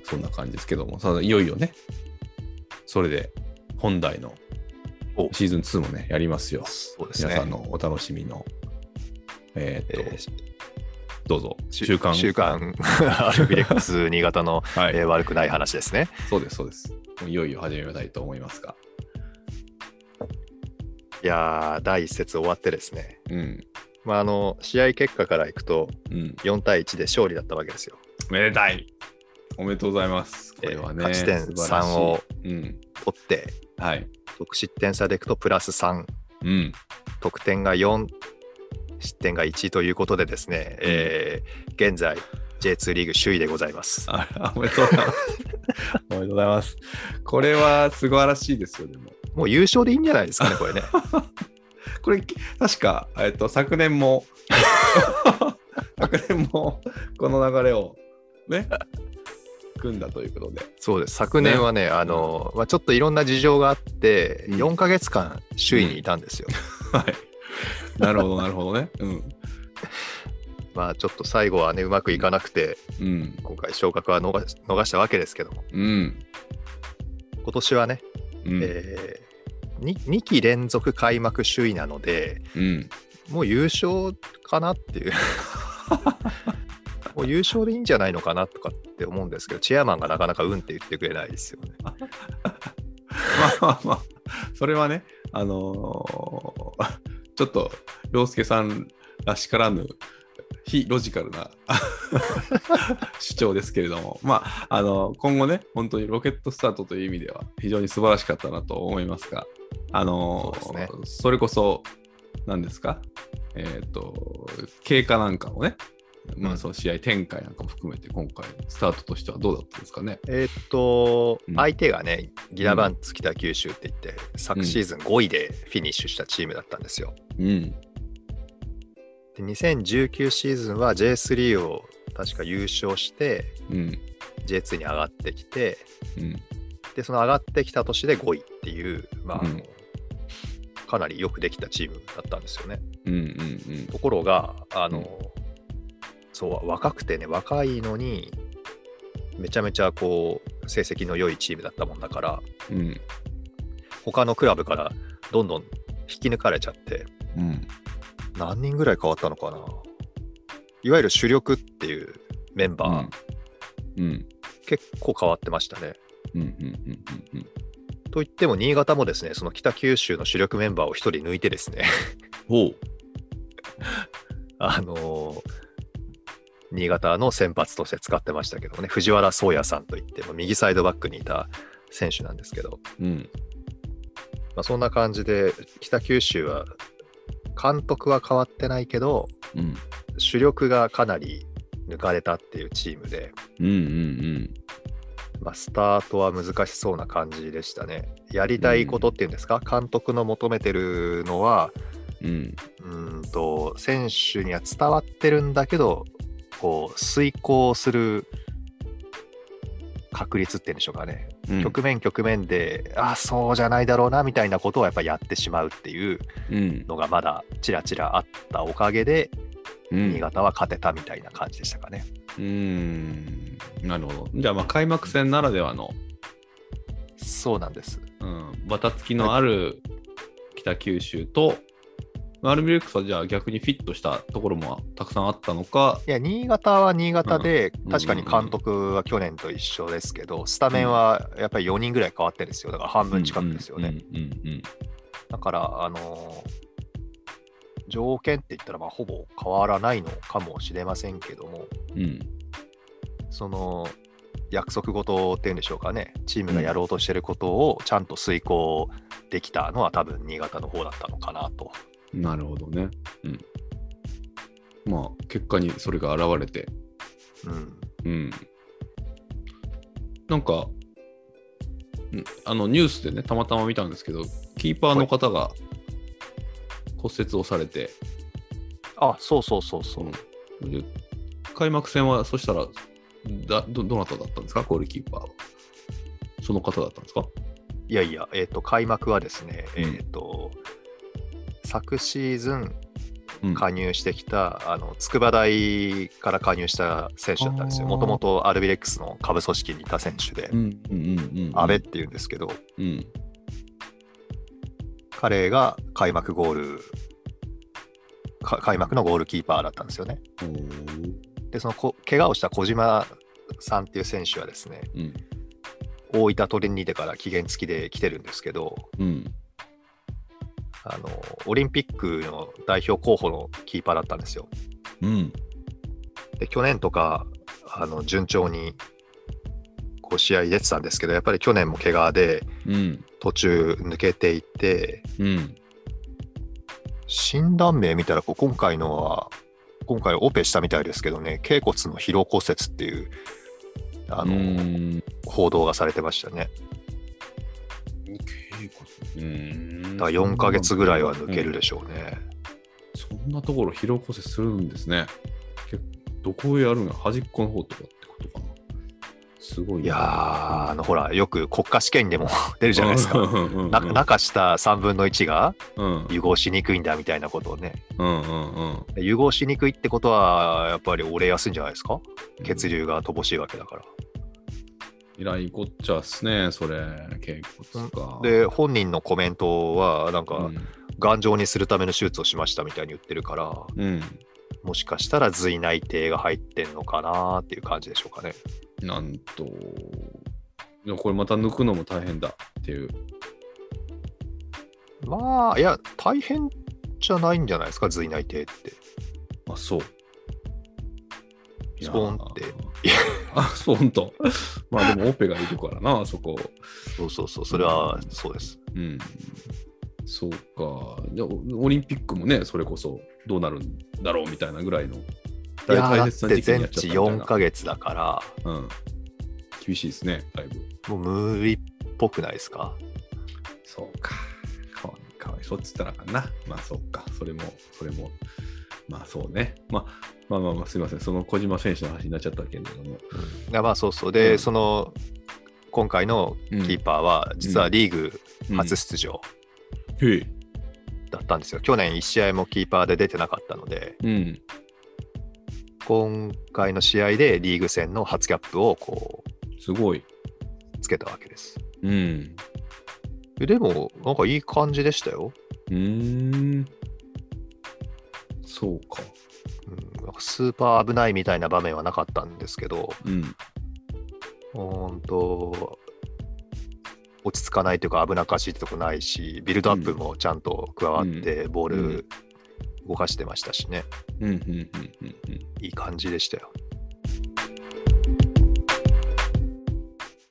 そんな感じですけども、いよいよね、それで本題のシーズン2もね、やりますよ。 そうですね。 皆さんのお楽しみの、どうぞ、 週刊アルビレックス新潟の、 はい、 悪くない話ですね。 そうです、そうです。いよいよ始めたいと思いますが。 いやー、第1節終わってですね。 うん。 まあ、試合結果からいくと、4対1で勝利だったわけですよ。 めでたい。おめでとうございます。これはね、 勝ち点3を取って、 はい、 得失点差でいくとプラス3、得点が4、失点が1ということでですね、現在 J2 リーグ首位でございます。 おめでとうございます。おめでとうございます。これは素晴らしいですよ、でも。 もう優勝でいいんじゃないですかね、これね。 これ、確か、昨年もこの流れをね、組んだということで。 そうです。昨年はね、ちょっといろんな事情があって、4ヶ月間首位にいたんですよ。 はい。なるほど、なるほどね。 まあちょっと最後はね、うまくいかなくて、今回昇格は逃したわけですけども、今年はね、2期連続開幕首位なので、もう優勝かなっていうもう優勝でいいんじゃないのかなとかって思うんですけど、チェアマンがなかなかうんって言ってくれないですよね。 まあそれはね、ちょっと陽介さんらしからぬ非ロジカルな主張ですけれども、今後ね、本当にロケットスタートという意味では非常に素晴らしかったなと思いますが、そうですね、それこそ何ですか、経過なんかもね、その試合展開なんかも含めて今回スタートとしてはどうだったんですかね。 相手がね、ギラバンツ北九州って言って、昨シーズン5位でフィニッシュしたチームだったんですよ。で2019シーズンは J3 を確か優勝して、J2 に上がってきて、でその上がってきた年で5位っていう、かなりよくできたチームだったんですよね。ところがそう若くてね、若いのにめちゃめちゃこう成績の良いチームだったもんだから、他のクラブからどんどん引き抜かれちゃって、何人ぐらい変わったのかな。いわゆる主力っていうメンバー、結構変わってましたね。といっても新潟もですね、その北九州の主力メンバーを1人抜いてですね新潟の先発として使ってましたけどね、藤原宗也さんといって右サイドバックにいた選手なんですけど、そんな感じで北九州は監督は変わってないけど、主力がかなり抜かれたっていうチームで、スタートは難しそうな感じでしたね。やりたいことっていうんですか、監督の求めてるのは、選手には伝わってるんだけど、こう遂行する確率っていうんでしょうかね、局面でそうじゃないだろうなみたいなことをやっぱりやってしまうっていうのがまだちらちらあったおかげで、新潟は勝てたみたいな感じでしたかね。 なるほど。じゃあ開幕戦ならではの、 そうなんです、 バタつきのある北九州と、アルビレックスはじゃあ逆にフィットしたところもたくさんあったのか。 いや、新潟は新潟で、確かに監督は去年と一緒ですけど、スタメンはやっぱり4人ぐらい変わってるんですよ。だから半分近くですよね。だから条件って言ったらほぼ変わらないのかもしれませんけども、その約束事っていうんでしょうかね、チームがやろうとしてることをちゃんと遂行できたのは多分新潟の方だったのかなと。 なるほどね。結果にそれが現れて、なんかニュースでね、たまたま見たんですけど、キーパーの方が骨折をされて、 そう、 で開幕戦はそしたらどなただったんですか、ゴールキーパーは。その方だったんですか。 いやいや、開幕はですね、昨シーズン加入してきた、筑波大から加入した選手だったんですよ。もともとアルビレックスの下部組織にいた選手で、阿部っていうんですけど、彼が開幕のゴールキーパーだったんですよね。で、その怪我をした小島さんっていう選手はですね、大分トリニータから期限付きで来てるんですけど、オリンピックの代表候補のキーパーだったんですよ。で、去年とか順調にこう試合出てたんですけど、やっぱり去年も怪我で途中抜けていて、診断名見たら今回オペしたみたいですけどね、頸骨の疲労骨折っていう報道がされてましたね。だから4ヶ月ぐらいは抜けるでしょうね。 そんなところ疲労骨折するんですね。どこへやるの？端っこの方とかってことかな。すごい。 いやほら、よく国家試験でも出るじゃないですか。中下3分の1が融合しにくいんだみたいなことをね。融合しにくいってことは、やっぱり折れやすいんじゃないですか。血流が乏しいわけだから。 えらいこっちゃっすね、それ、頸骨か。 で、本人のコメントは、なんか、頑丈にするための手術をしましたみたいに言ってるから、もしかしたら髄内定が入ってんのかなっていう感じでしょうかね。 なんと、でもこれまた抜くのも大変だっていう。 まあ、いや、大変じゃないんじゃないですか、髄内定って。 あ、そう。 スポーンって。 ほんと。まあでもオペがいるからな、そこ。 そう、それはそうです。 そうか。でオリンピックもね、それこそどうなるんだろうみたいなぐらいの大切な時期にやっちゃったみたいな。だって全治4ヶ月だから、 厳しいですね、だいぶ。 もう無理っぽくないですか？ そうか。かわいそうっつったらあかんな。まあそうか。それも。まあそうね。まあすいません。その小島選手の話になっちゃったけれども。 まあそう。で、その今回のキーパーは実はリーグ初出場だったんですよ。去年1試合もキーパーで出てなかったので、今回の試合でリーグ戦の初キャップをすごいつけたわけです。でもなんかいい感じでしたよ。 そうか。 なんかスーパー危ないみたいな場面はなかったんですけど、落ち着かないというか危なっかしいとこないし、ビルドアップもちゃんと加わってボール動かしてましたしね。いい感じでしたよ。